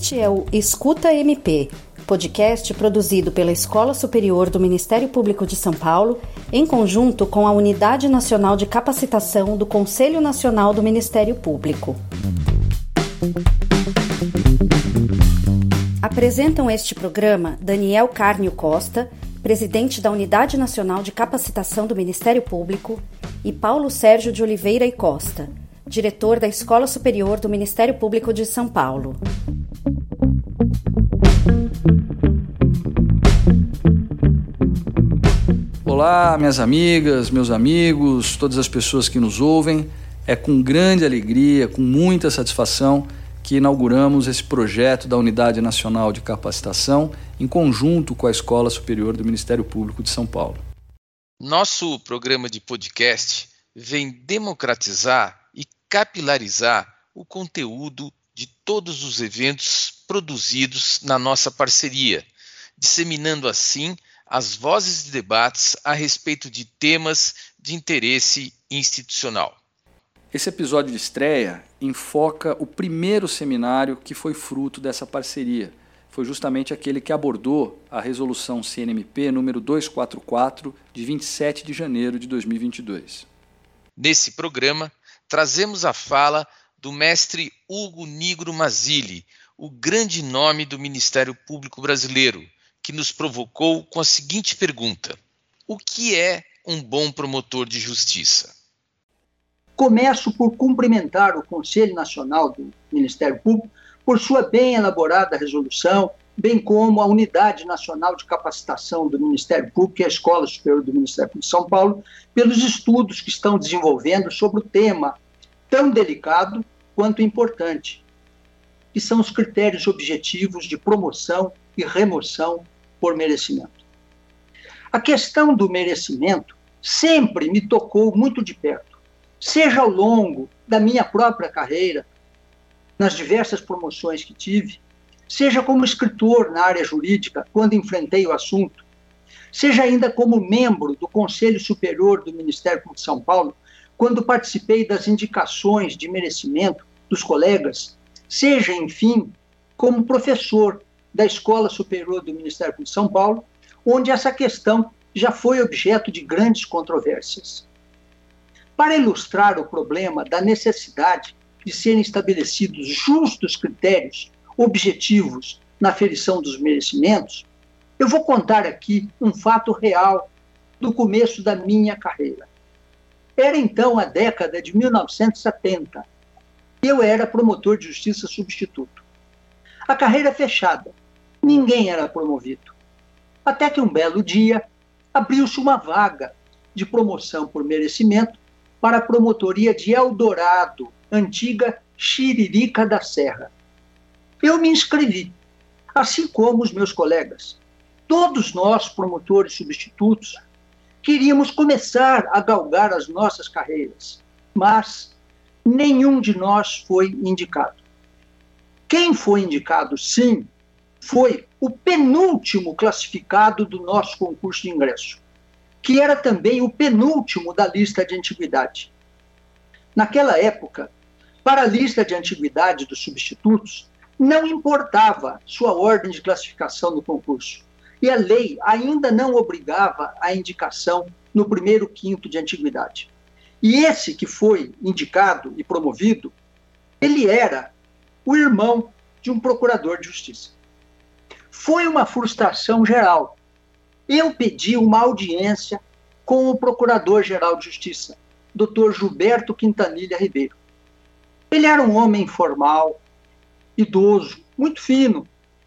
Este é o Escuta MP, podcast produzido pela Escola Superior do Ministério Público de São Paulo, em conjunto com a Unidade Nacional de Capacitação do Conselho Nacional do Ministério Público. Apresentam este programa Daniel Carnio Costa, presidente da Unidade Nacional de Capacitação do Ministério Público, e Paulo Sérgio de Oliveira e Costa, diretor da Escola Superior do Ministério Público de São Paulo. Olá, minhas amigas, meus amigos, todas as pessoas que nos ouvem. É com grande alegria, com muita satisfação que inauguramos esse projeto da Unidade Nacional de Capacitação em conjunto com a Escola Superior do Ministério Público de São Paulo. Nosso programa de podcast vem democratizar e capilarizar o conteúdo de todos os eventos produzidos na nossa parceria, disseminando assim as vozes de debates a respeito de temas de interesse institucional. Esse episódio de estreia enfoca o primeiro seminário que foi fruto dessa parceria. Foi justamente aquele que abordou a resolução CNMP número 244, de 27 de janeiro de 2022. Nesse programa, trazemos a fala do mestre Hugo Nigro Mazzilli, o grande nome do Ministério Público brasileiro, que nos provocou com a seguinte pergunta: o que é um bom promotor de justiça? Começo por cumprimentar o Conselho Nacional do Ministério Público por sua bem elaborada resolução, bem como a Unidade Nacional de Capacitação do Ministério Público e a Escola Superior do Ministério Público de São Paulo, pelos estudos que estão desenvolvendo sobre o tema tão delicado quanto importante, que são os critérios objetivos de promoção e remoção por merecimento. A questão do merecimento sempre me tocou muito de perto, seja ao longo da minha própria carreira, nas diversas promoções que tive, seja como escritor na área jurídica, quando enfrentei o assunto, seja ainda como membro do Conselho Superior do Ministério Público de São Paulo, quando participei das indicações de merecimento dos colegas, seja, enfim, como professor da Escola Superior do Ministério Público de São Paulo, onde essa questão já foi objeto de grandes controvérsias. Para ilustrar o problema da necessidade de serem estabelecidos justos critérios objetivos na aferição dos merecimentos, eu vou contar aqui um fato real do começo da minha carreira. Era então a década de 1970. Eu era promotor de justiça substituto. A carreira fechada. Ninguém era promovido. Até que um belo dia abriu-se uma vaga de promoção por merecimento para a promotoria de Eldorado, antiga Xiririca da Serra. Eu me inscrevi, assim como os meus colegas. Todos nós, promotores substitutos, queríamos começar a galgar as nossas carreiras, mas nenhum de nós foi indicado. Quem foi indicado, sim, foi o penúltimo classificado do nosso concurso de ingresso, que era também o penúltimo da lista de antiguidade. Naquela época, para a lista de antiguidade dos substitutos, não importava sua ordem de classificação no concurso, e a lei ainda não obrigava a indicação no primeiro quinto de antiguidade. E esse que foi indicado e promovido, ele era o irmão de um procurador de justiça. Foi uma frustração geral. Eu pedi uma audiência com o Procurador-Geral de Justiça, Dr. Gilberto Quintanilha Ribeiro. Ele era um homem formal, idoso, muito fino.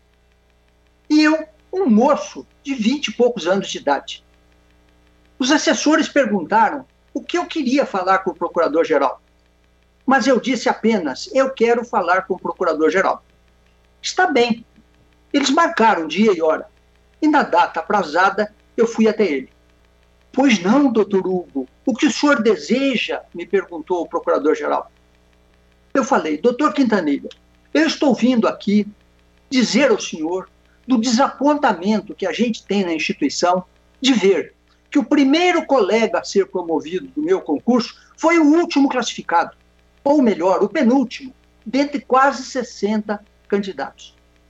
E eu, um moço de 20 e poucos anos de idade. Os assessores perguntaram o que eu queria falar com o Procurador-Geral. Mas eu disse apenas, eu quero falar com o Procurador-Geral. Está bem. Eles marcaram dia e hora. E na data aprazada, eu fui até ele. Pois não, doutor Hugo, o que o senhor deseja? Me perguntou o Procurador-Geral. Eu falei, doutor Quintanilha, eu estou vindo aqui dizer ao senhor do desapontamento que a gente tem na instituição de ver que o primeiro colega a ser promovido do meu concurso foi o último classificado, ou melhor, o penúltimo, dentre quase 60 candidatos.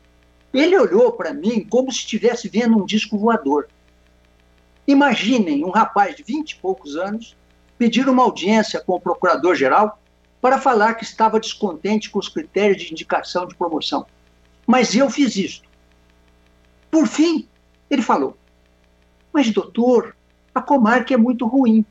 Ele olhou para mim como se estivesse vendo um disco voador. Imaginem um rapaz de 20 e poucos anos pedir uma audiência com o procurador-geral para falar que estava descontente com os critérios de indicação de promoção. Mas eu fiz isso. Por fim, ele falou: mas, doutor, a comarca é muito ruim.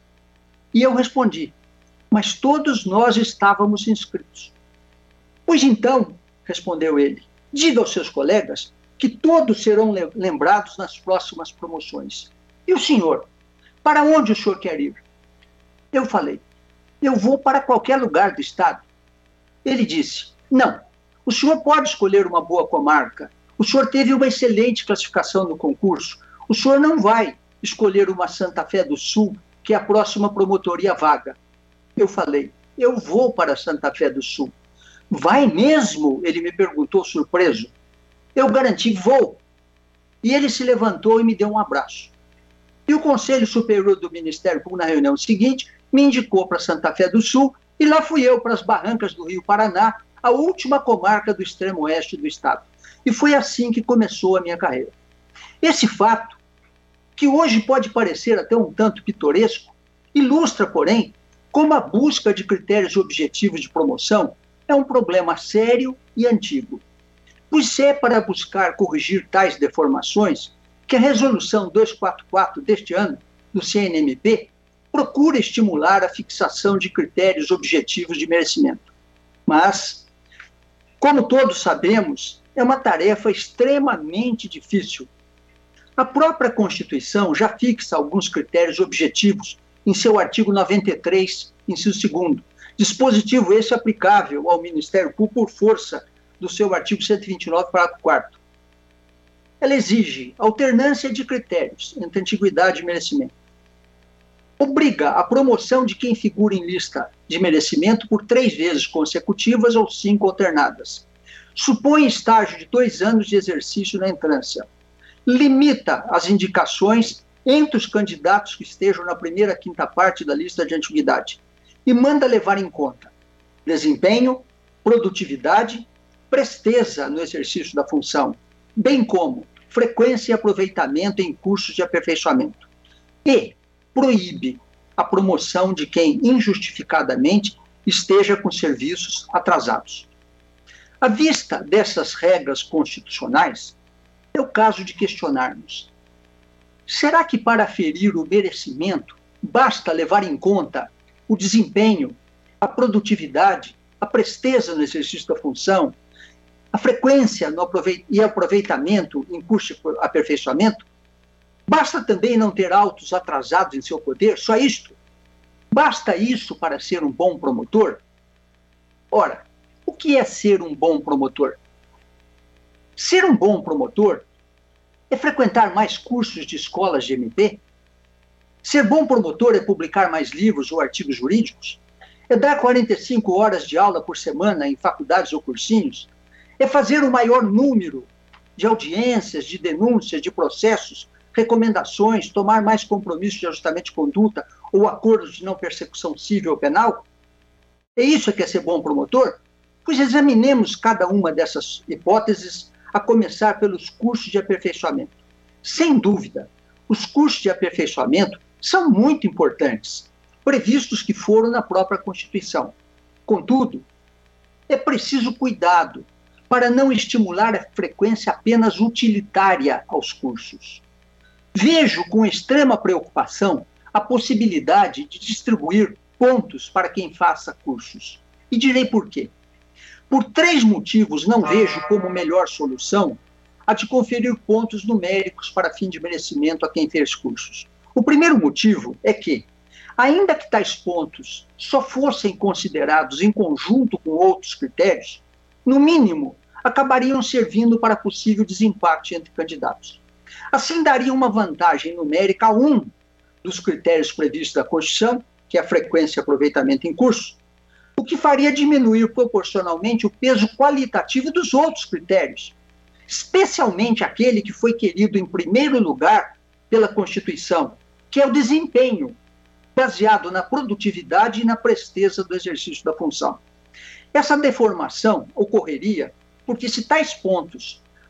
E eu respondi: mas todos nós estávamos inscritos. Pois então, respondeu ele, diga aos seus colegas que todos serão lembrados nas próximas promoções. E o senhor? Para onde o senhor quer ir? Eu falei: eu vou para qualquer lugar do estado. Ele disse: não, o senhor pode escolher uma boa comarca. O senhor teve uma excelente classificação no concurso. O senhor não vai escolher uma Santa Fé do Sul, que é a próxima promotoria vaga. Eu falei: eu vou para Santa Fé do Sul. Vai mesmo? Ele me perguntou, surpreso. Eu garanti: vou. E ele se levantou e me deu um abraço. E o Conselho Superior do Ministério Público, na reunião seguinte, me indicou para Santa Fé do Sul, e lá fui eu para as Barrancas do Rio Paraná, a última comarca do extremo oeste do estado. E foi assim que começou a minha carreira. Esse fato, que hoje pode parecer até um tanto pitoresco, ilustra, porém, como a busca de critérios objetivos de promoção é um problema sério e antigo. Pois é para buscar corrigir tais deformações que a Resolução 244 deste ano, do CNMP, procura estimular a fixação de critérios objetivos de merecimento. Mas, como todos sabemos, é uma tarefa extremamente difícil. A própria Constituição já fixa alguns critérios objetivos em seu artigo 93, inciso 2º, dispositivo esse aplicável ao Ministério Público por força do seu artigo 129, parágrafo 4º. Ela exige alternância de critérios entre antiguidade e merecimento. Obriga a promoção de quem figura em lista de merecimento por 3 vezes consecutivas ou 5 alternadas. Supõe estágio de 2 anos de exercício na entrância. Limita as indicações entre os candidatos que estejam na primeira quinta parte da lista de antiguidade e manda levar em conta desempenho, produtividade, presteza no exercício da função, bem como frequência e aproveitamento em cursos de aperfeiçoamento. E proíbe a promoção de quem injustificadamente esteja com serviços atrasados. À vista dessas regras constitucionais, é o caso de questionarmos: será que para aferir o merecimento basta levar em conta o desempenho, a produtividade, a presteza no exercício da função, a frequência e aproveitamento em curso de aperfeiçoamento? Basta também não ter autos atrasados em seu poder? Só isto? Basta isso para ser um bom promotor? Ora, o que é ser um bom promotor? Ser um bom promotor é frequentar mais cursos de escolas de MP? Ser bom promotor é publicar mais livros ou artigos jurídicos? É dar 45 horas de aula por semana em faculdades ou cursinhos? É fazer o maior número de audiências, de denúncias, de processos, recomendações, tomar mais compromissos de ajustamento de conduta ou acordos de não persecução civil ou penal? É isso que é ser bom promotor? Pois examinemos cada uma dessas hipóteses, a começar pelos cursos de aperfeiçoamento. Sem dúvida, os cursos de aperfeiçoamento são muito importantes, previstos que foram na própria Constituição. Contudo, é preciso cuidado para não estimular a frequência apenas utilitária aos cursos. Vejo com extrema preocupação a possibilidade de distribuir pontos para quem faça cursos. E direi por quê. Por 3 motivos não vejo como melhor solução a de conferir pontos numéricos para fim de merecimento a quem fez cursos. O primeiro motivo é que, ainda que tais pontos só fossem considerados em conjunto com outros critérios, no mínimo, acabariam servindo para possível desempate entre candidatos. Assim, daria uma vantagem numérica a um dos critérios previstos da Constituição, que é a frequência e aproveitamento em curso, o que faria diminuir proporcionalmente o peso qualitativo dos outros critérios, especialmente aquele que foi querido em primeiro lugar pela Constituição, que é o desempenho, baseado na produtividade e na presteza do exercício da função. Essa deformação ocorreria porque, se tais pontos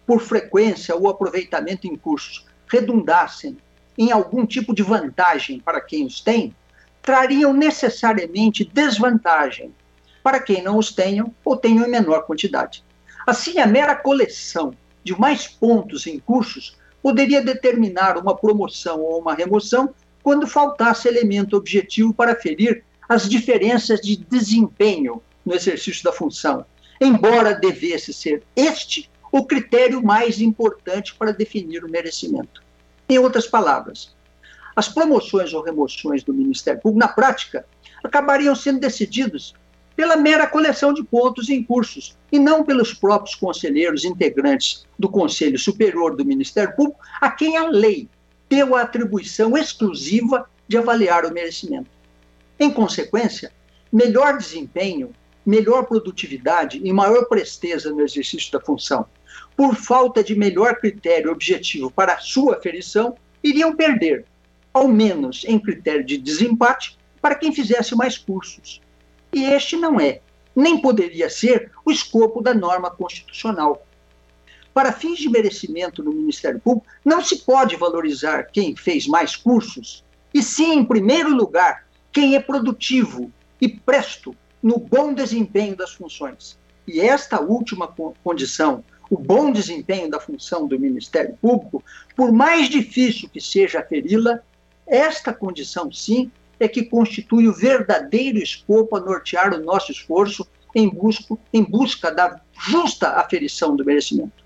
por frequência ou aproveitamento em cursos redundassem em algum tipo de vantagem para quem os tem, trariam necessariamente desvantagem para quem não os tenham ou tenham em menor quantidade. Assim, a mera coleção de mais pontos em cursos poderia determinar uma promoção ou uma remoção quando faltasse elemento objetivo para aferir as diferenças de desempenho no exercício da função, embora devesse ser este o critério mais importante para definir o merecimento. Em outras palavras, as promoções ou remoções do Ministério Público, na prática, acabariam sendo decididas pela mera coleção de pontos em cursos e não pelos próprios conselheiros integrantes do Conselho Superior do Ministério Público, a quem a lei deu a atribuição exclusiva de avaliar o merecimento. Em consequência, melhor desempenho, melhor produtividade e maior presteza no exercício da função, por falta de melhor critério objetivo para a sua aferição, iriam perder, ao menos em critério de desempate, para quem fizesse mais cursos. E este não é, nem poderia ser, o escopo da norma constitucional. Para fins de merecimento no Ministério Público, não se pode valorizar quem fez mais cursos, e sim, em primeiro lugar, quem é produtivo e presto no bom desempenho das funções. E esta última condição, o bom desempenho da função do Ministério Público, por mais difícil que seja aferi-la, esta condição, sim, é que constitui o verdadeiro escopo a nortear o nosso esforço em busca da justa aferição do merecimento.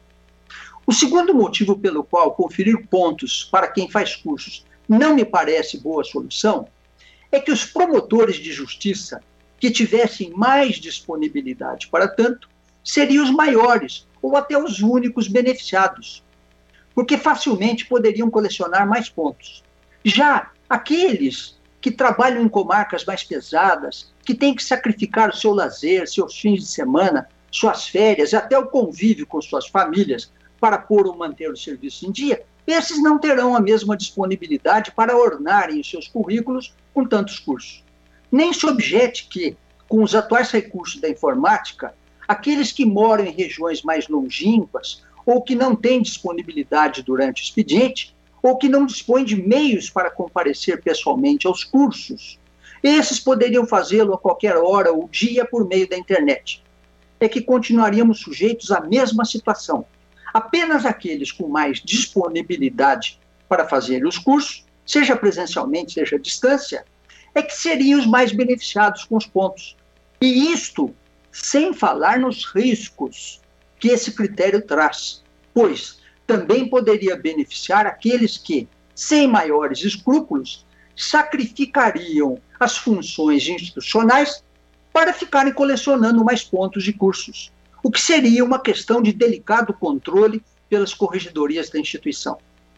O segundo motivo pelo qual conferir pontos para quem faz cursos não me parece boa solução é que os promotores de justiça que tivessem mais disponibilidade para tanto seriam os maiores ou até os únicos beneficiados, porque facilmente poderiam colecionar mais pontos. Já aqueles que trabalham em comarcas mais pesadas, que têm que sacrificar o seu lazer, seus fins de semana, suas férias, até o convívio com suas famílias para pôr ou manter o serviço em dia, esses não terão a mesma disponibilidade para ornarem os seus currículos com tantos cursos. Nem se objete que, com os atuais recursos da informática, aqueles que moram em regiões mais longínquas ou que não têm disponibilidade durante o expediente, ou que não dispõem de meios para comparecer pessoalmente aos cursos, esses poderiam fazê-lo a qualquer hora ou dia por meio da internet. É que continuaríamos sujeitos à mesma situação. Apenas aqueles com mais disponibilidade para fazer os cursos, seja presencialmente, seja à distância, é que seriam os mais beneficiados com os pontos. E isto sem falar nos riscos que esse critério traz, pois também poderia beneficiar aqueles que, sem maiores escrúpulos, sacrificariam as funções institucionais para ficarem colecionando mais pontos de cursos, o que seria uma questão de delicado controle pelas corregedorias da instituição.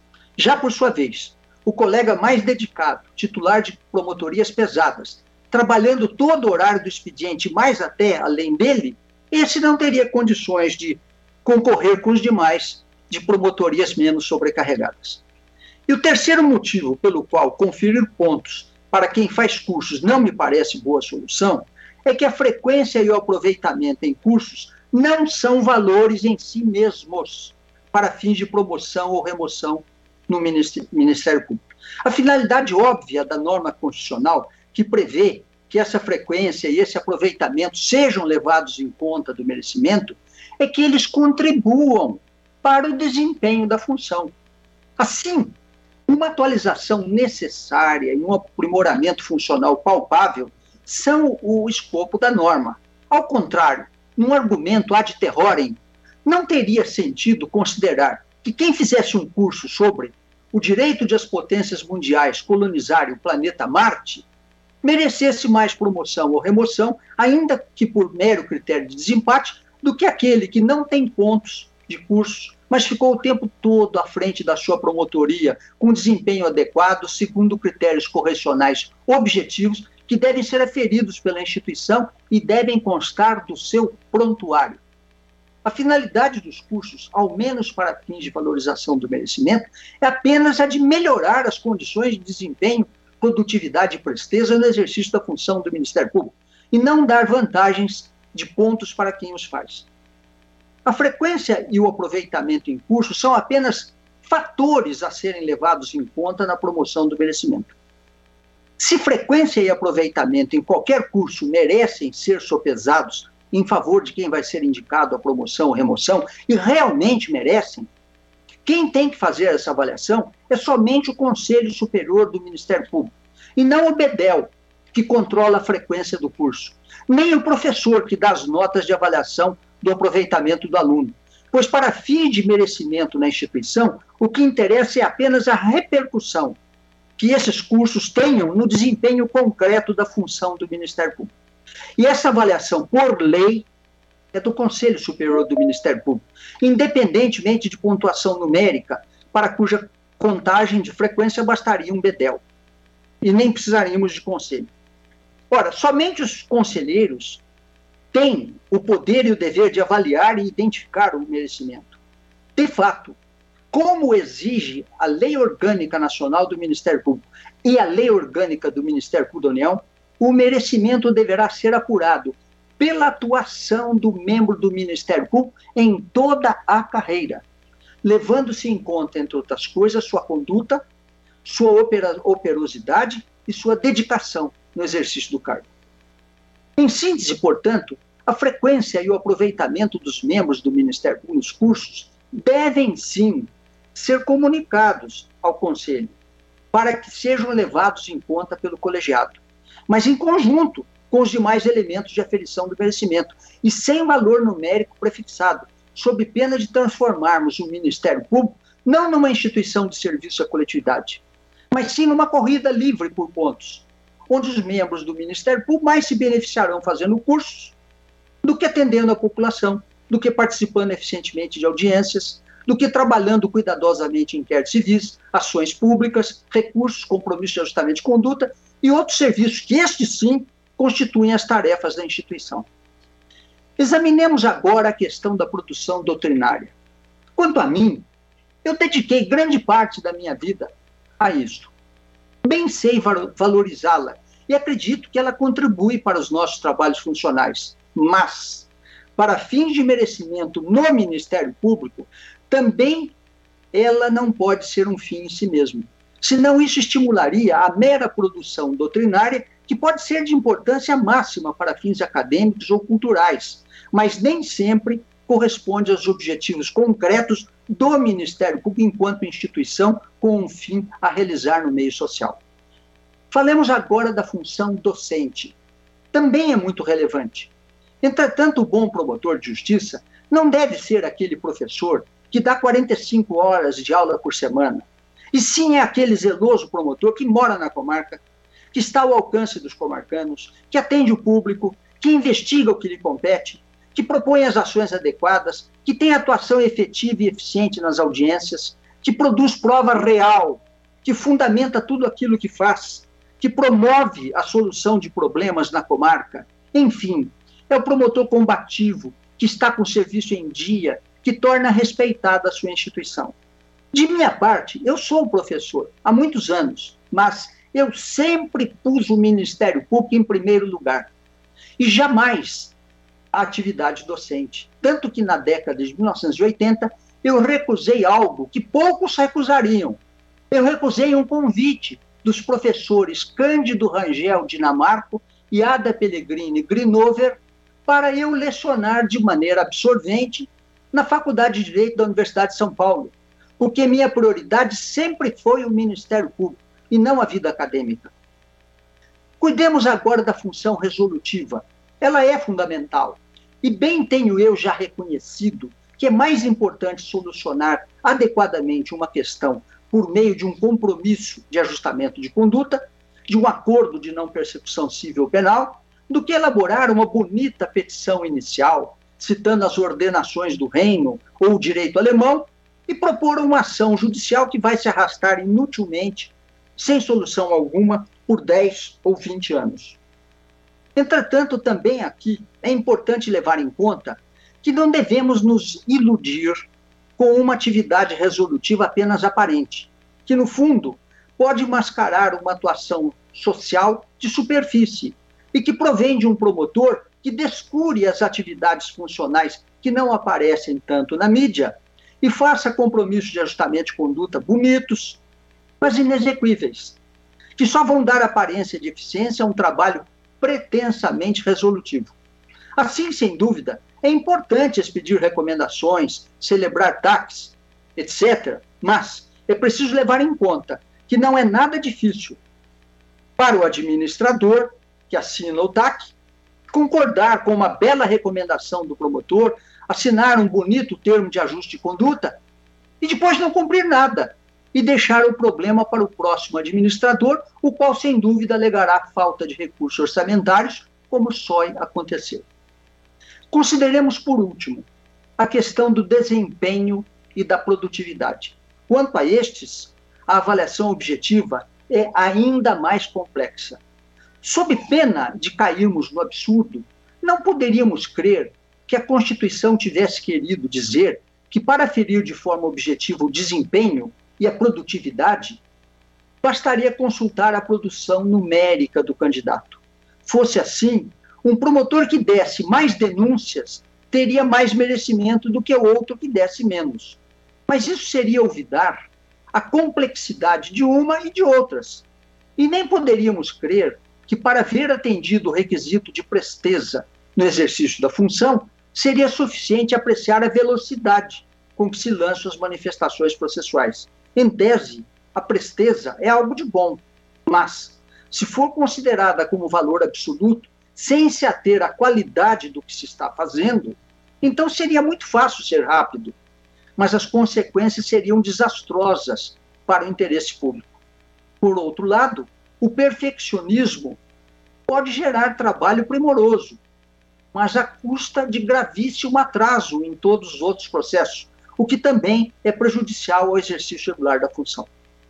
Já por sua vez, o colega mais dedicado, titular de promotorias pesadas, trabalhando todo o horário do expediente, mais até além dele, esse não teria condições de concorrer com os demais de promotorias menos sobrecarregadas. E o terceiro motivo pelo qual conferir pontos para quem faz cursos não me parece boa solução é que a frequência e o aproveitamento em cursos não são valores em si mesmos para fins de promoção ou remoção no Ministério Público. A finalidade óbvia da norma constitucional que prevê que essa frequência e esse aproveitamento sejam levados em conta do merecimento é que eles contribuam para o desempenho da função. Assim, uma atualização necessária e um aprimoramento funcional palpável são o escopo da norma. Ao contrário, num argumento ad terrorem, não teria sentido considerar que quem fizesse um curso sobre o direito de as potências mundiais colonizarem o planeta Marte merecesse mais promoção ou remoção, ainda que por mero critério de desempate, do que aquele que não tem pontos de cursos, mas ficou o tempo todo à frente da sua promotoria, com desempenho adequado, segundo critérios correcionais objetivos, que devem ser aferidos pela instituição e devem constar do seu prontuário. A finalidade dos cursos, ao menos para fins de valorização do merecimento, é apenas a de melhorar as condições de desempenho, produtividade e presteza no exercício da função do Ministério Público, e não dar vantagens de pontos para quem os faz. A frequência e o aproveitamento em curso são apenas fatores a serem levados em conta na promoção do merecimento. Se frequência e aproveitamento em qualquer curso merecem ser sopesados em favor de quem vai ser indicado à promoção ou remoção, e realmente merecem, quem tem que fazer essa avaliação é somente o Conselho Superior do Ministério Público, e não o BEDEL, que controla a frequência do curso, nem o professor, que dá as notas de avaliação do aproveitamento do aluno, pois para fins de merecimento na instituição, o que interessa é apenas a repercussão que esses cursos tenham no desempenho concreto da função do Ministério Público. E essa avaliação, por lei, é do Conselho Superior do Ministério Público, independentemente de pontuação numérica, para cuja contagem de frequência bastaria um BEDEL, e nem precisaríamos de conselho. Ora, somente os conselheiros têm o poder e o dever de avaliar e identificar o merecimento. De fato, como exige a Lei Orgânica Nacional do Ministério Público e a Lei Orgânica do Ministério Público da União, o merecimento deverá ser apurado pela atuação do membro do Ministério Público em toda a carreira, levando-se em conta, entre outras coisas, sua conduta, sua operosidade e sua dedicação no exercício do cargo. Em síntese, portanto, a frequência e o aproveitamento dos membros do Ministério Público nos cursos devem, sim, ser comunicados ao Conselho, para que sejam levados em conta pelo colegiado, mas em conjunto com os demais elementos de aferição do merecimento, e sem valor numérico prefixado, sob pena de transformarmos o Ministério Público não numa instituição de serviço à coletividade, mas sim numa corrida livre por pontos, onde os membros do Ministério Público mais se beneficiarão fazendo cursos do que atendendo a população, do que participando eficientemente de audiências, do que trabalhando cuidadosamente em inquéritos civis, ações públicas, recursos, compromissos de ajustamento de conduta e outros serviços que, estes sim, constituem as tarefas da instituição. Examinemos agora a questão da produção doutrinária. Quanto a mim, eu dediquei grande parte da minha vida a isto. Bem sei valorizá-la e acredito que ela contribui para os nossos trabalhos funcionais, mas, para fins de merecimento no Ministério Público, também ela não pode ser um fim em si mesmo. Senão isso estimularia a mera produção doutrinária, que pode ser de importância máxima para fins acadêmicos ou culturais, mas nem sempre corresponde aos objetivos concretos do Ministério Público enquanto instituição com um fim a realizar no meio social. Falemos agora da função docente. Também é muito relevante. Entretanto, o bom promotor de justiça não deve ser aquele professor que dá 45 horas de aula por semana, e sim é aquele zeloso promotor que mora na comarca, que está ao alcance dos comarcanos, que atende o público, que investiga o que lhe compete, que propõe as ações adequadas, que tem atuação efetiva e eficiente nas audiências, que produz prova real, que fundamenta tudo aquilo que faz, que promove a solução de problemas na comarca. Enfim, é o promotor combativo, que está com o serviço em dia, que torna respeitada a sua instituição. De minha parte, eu sou um professor há muitos anos, mas eu sempre pus o Ministério Público em primeiro lugar. E jamais a atividade docente. Tanto que na década de 1980, eu recusei algo que poucos recusariam. Eu recusei um convite dos professores Cândido Rangel Dinamarco e Ada Pellegrini Grinover para eu lecionar de maneira absorvente na Faculdade de Direito da Universidade de São Paulo, porque minha prioridade sempre foi o Ministério Público e não a vida acadêmica. Cuidemos agora da função resolutiva. Ela é fundamental. E bem tenho eu já reconhecido que é mais importante solucionar adequadamente uma questão por meio de um compromisso de ajustamento de conduta, de um acordo de não persecução civil ou penal, do que elaborar uma bonita petição inicial, citando as ordenações do reino ou o direito alemão, e propor uma ação judicial que vai se arrastar inutilmente, sem solução alguma, por 10 ou 20 anos. Entretanto, também aqui é importante levar em conta que não devemos nos iludir com uma atividade resolutiva apenas aparente, que, no fundo, pode mascarar uma atuação social de superfície e que provém de um promotor que descure as atividades funcionais que não aparecem tanto na mídia e faça compromissos de ajustamento de conduta bonitos, mas inexequíveis, que só vão dar aparência de eficiência a um trabalho pretensamente resolutivo. Assim, sem dúvida, é importante expedir recomendações, celebrar TACs, etc., mas é preciso levar em conta que não é nada difícil para o administrador que assina o TAC concordar com uma bela recomendação do promotor, assinar um bonito termo de ajuste de conduta e depois não cumprir nada e deixar o problema para o próximo administrador, o qual, sem dúvida, alegará falta de recursos orçamentários, como só aconteceu. Consideremos, por último, a questão do desempenho e da produtividade. Quanto a estes, a avaliação objetiva é ainda mais complexa. Sob pena de cairmos no absurdo, não poderíamos crer que a Constituição tivesse querido dizer que, para aferir de forma objetiva o desempenho e a produtividade, bastaria consultar a produção numérica do candidato. Fosse assim, um promotor que desse mais denúncias teria mais merecimento do que outro que desse menos. Mas isso seria olvidar a complexidade de uma e de outras. E nem poderíamos crer que, para haver atendido o requisito de presteza no exercício da função, seria suficiente apreciar a velocidade com que se lançam as manifestações processuais. Em tese, a presteza é algo de bom, mas, se for considerada como valor absoluto, sem se ater à qualidade do que se está fazendo, então seria muito fácil ser rápido, mas as consequências seriam desastrosas para o interesse público. Por outro lado, o perfeccionismo pode gerar trabalho primoroso, mas à custa de gravíssimo atraso em todos os outros processos, o que também é prejudicial ao exercício regular da função.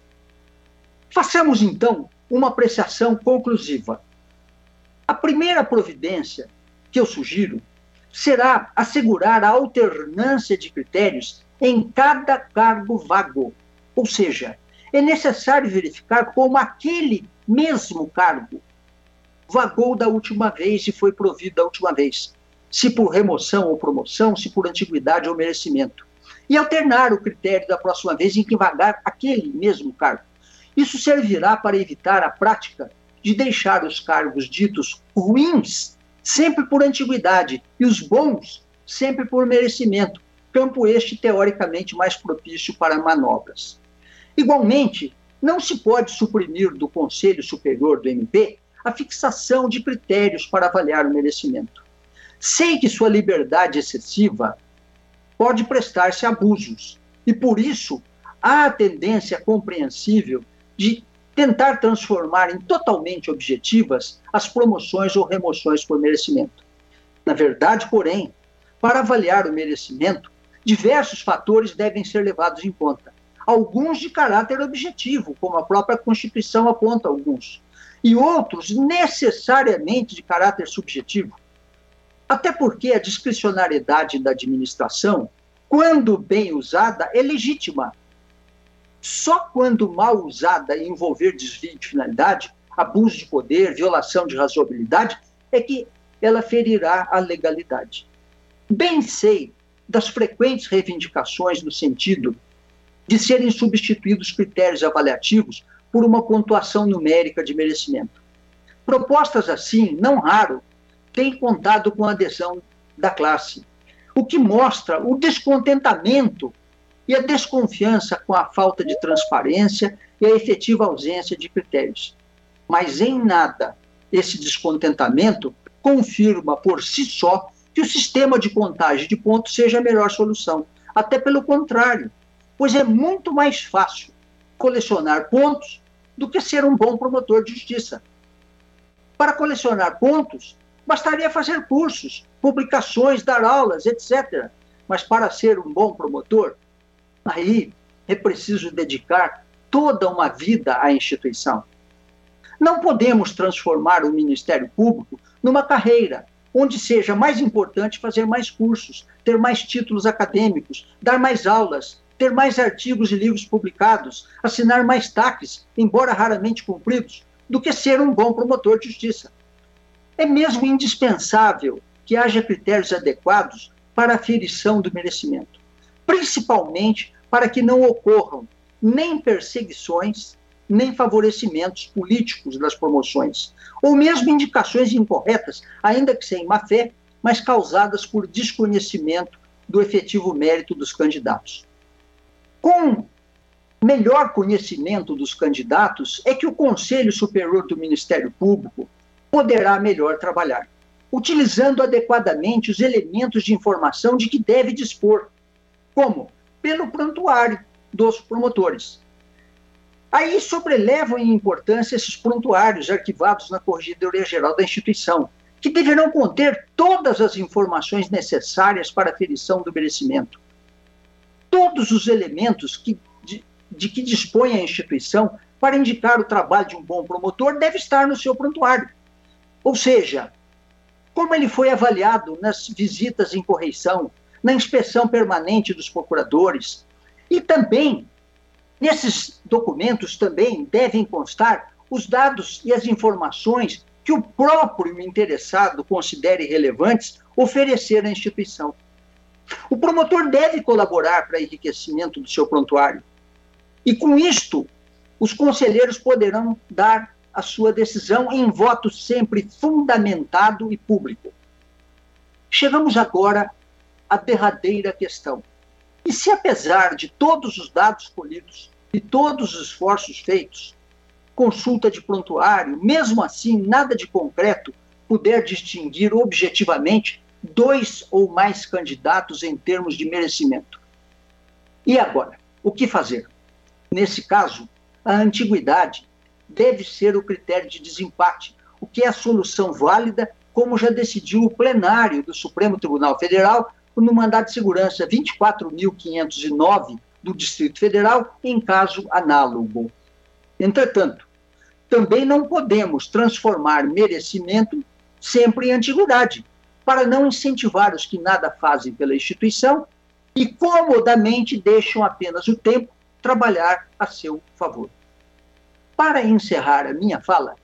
Façamos, então, uma apreciação conclusiva. A primeira providência que eu sugiro será assegurar a alternância de critérios em cada cargo vago, ou seja, é necessário verificar como aquele mesmo cargo vagou da última vez e foi provido da última vez, se por remoção ou promoção, se por antiguidade ou merecimento, e alternar o critério da próxima vez em que vagar aquele mesmo cargo. Isso servirá para evitar a prática de deixar os cargos ditos ruins sempre por antiguidade e os bons sempre por merecimento, campo este teoricamente mais propício para manobras. Igualmente, não se pode suprimir do Conselho Superior do MP a fixação de critérios para avaliar o merecimento. Sei que sua liberdade excessiva pode prestar-se a abusos, e por isso há a tendência compreensível de tentar transformar em totalmente objetivas as promoções ou remoções por merecimento. Na verdade, porém, para avaliar o merecimento, diversos fatores devem ser levados em conta. Alguns de caráter objetivo, como a própria Constituição aponta alguns, e outros necessariamente de caráter subjetivo. Até porque a discricionariedade da administração, quando bem usada, é legítima. Só quando mal usada e envolver desvio de finalidade, abuso de poder, violação de razoabilidade, é que ela ferirá a legalidade. Bem sei das frequentes reivindicações no sentido de serem substituídos critérios avaliativos por uma pontuação numérica de merecimento. Propostas assim, não raro, têm contado com a adesão da classe, o que mostra o descontentamento e a desconfiança com a falta de transparência e a efetiva ausência de critérios. Mas em nada esse descontentamento confirma por si só que o sistema de contagem de pontos seja a melhor solução. Até pelo contrário, pois é muito mais fácil colecionar pontos do que ser um bom promotor de justiça. Para colecionar pontos, bastaria fazer cursos, publicações, dar aulas, etc. Mas para ser um bom promotor, aí é preciso dedicar toda uma vida à instituição. Não podemos transformar o Ministério Público numa carreira, onde seja mais importante fazer mais cursos, ter mais títulos acadêmicos, dar mais aulas, ter mais artigos e livros publicados, assinar mais TACs, embora raramente cumpridos, do que ser um bom promotor de justiça. É mesmo indispensável que haja critérios adequados para a aferição do merecimento, principalmente para que não ocorram nem perseguições, nem favorecimentos políticos das promoções, ou mesmo indicações incorretas, ainda que sem má fé, mas causadas por desconhecimento do efetivo mérito dos candidatos. Com melhor conhecimento dos candidatos é que o Conselho Superior do Ministério Público poderá melhor trabalhar, utilizando adequadamente os elementos de informação de que deve dispor, como pelo prontuário dos promotores. Aí sobrelevam em importância esses prontuários arquivados na Corregedoria Geral da instituição, que deverão conter todas as informações necessárias para a aferição do merecimento. Todos os elementos de que dispõe a instituição para indicar o trabalho de um bom promotor deve estar no seu prontuário. Ou seja, como ele foi avaliado nas visitas em correição, na inspeção permanente dos procuradores, e também, nesses documentos também devem constar os dados e as informações que o próprio interessado considere relevantes oferecer à instituição. O promotor deve colaborar para enriquecimento do seu prontuário. E com isto, os conselheiros poderão dar a sua decisão em voto sempre fundamentado e público. Chegamos agora à derradeira questão. E se, apesar de todos os dados colhidos e todos os esforços feitos, consulta de prontuário, mesmo assim, nada de concreto puder distinguir objetivamente 2 ou mais candidatos em termos de merecimento? E agora, o que fazer? Nesse caso, a antiguidade deve ser o critério de desempate, o que é a solução válida, como já decidiu o plenário do Supremo Tribunal Federal no mandado de segurança 24.509 do Distrito Federal, em caso análogo. Entretanto, também não podemos transformar merecimento sempre em antiguidade, para não incentivar os que nada fazem pela instituição e comodamente deixam apenas o tempo trabalhar a seu favor. Para encerrar a minha fala,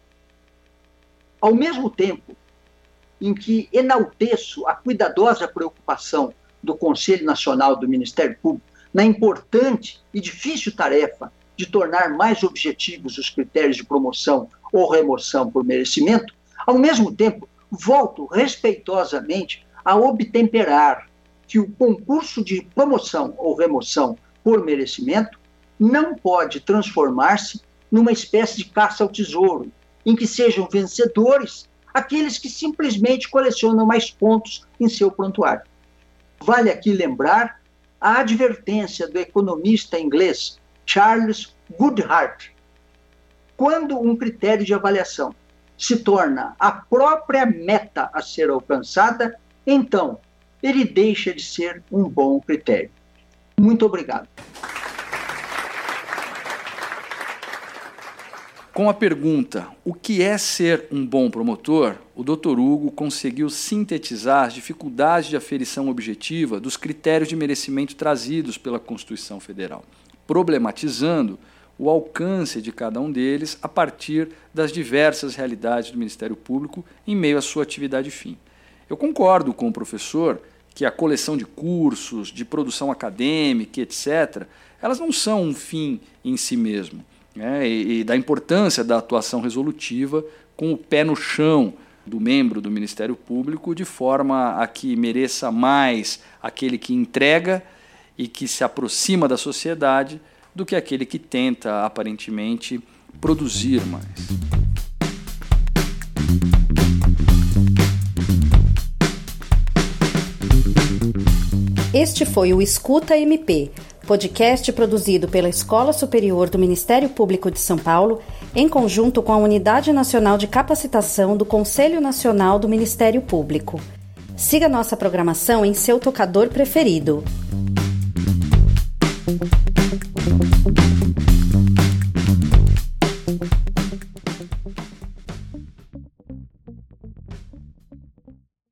ao mesmo tempo em que enalteço a cuidadosa preocupação do Conselho Nacional do Ministério Público na importante e difícil tarefa de tornar mais objetivos os critérios de promoção ou remoção por merecimento, ao mesmo tempo volto respeitosamente a obtemperar que o concurso de promoção ou remoção por merecimento não pode transformar-se numa espécie de caça ao tesouro, em que sejam vencedores aqueles que simplesmente colecionam mais pontos em seu prontuário. Vale aqui lembrar a advertência do economista inglês Charles Goodhart. Quando um critério de avaliação se torna a própria meta a ser alcançada, então ele deixa de ser um bom critério. Muito obrigado. Com a pergunta, o que é ser um bom promotor, o Dr. Hugo conseguiu sintetizar as dificuldades de aferição objetiva dos critérios de merecimento trazidos pela Constituição Federal, problematizando o alcance de cada um deles a partir das diversas realidades do Ministério Público em meio à sua atividade fim. Eu concordo com o professor que a coleção de cursos, de produção acadêmica, etc., elas não são um fim em si mesmo. E da importância da atuação resolutiva com o pé no chão do membro do Ministério Público, de forma a que mereça mais aquele que entrega e que se aproxima da sociedade do que aquele que tenta, aparentemente, produzir mais. Este foi o Escuta MP, podcast produzido pela Escola Superior do Ministério Público de São Paulo, em conjunto com a Unidade Nacional de Capacitação do Conselho Nacional do Ministério Público. Siga nossa programação em seu tocador preferido.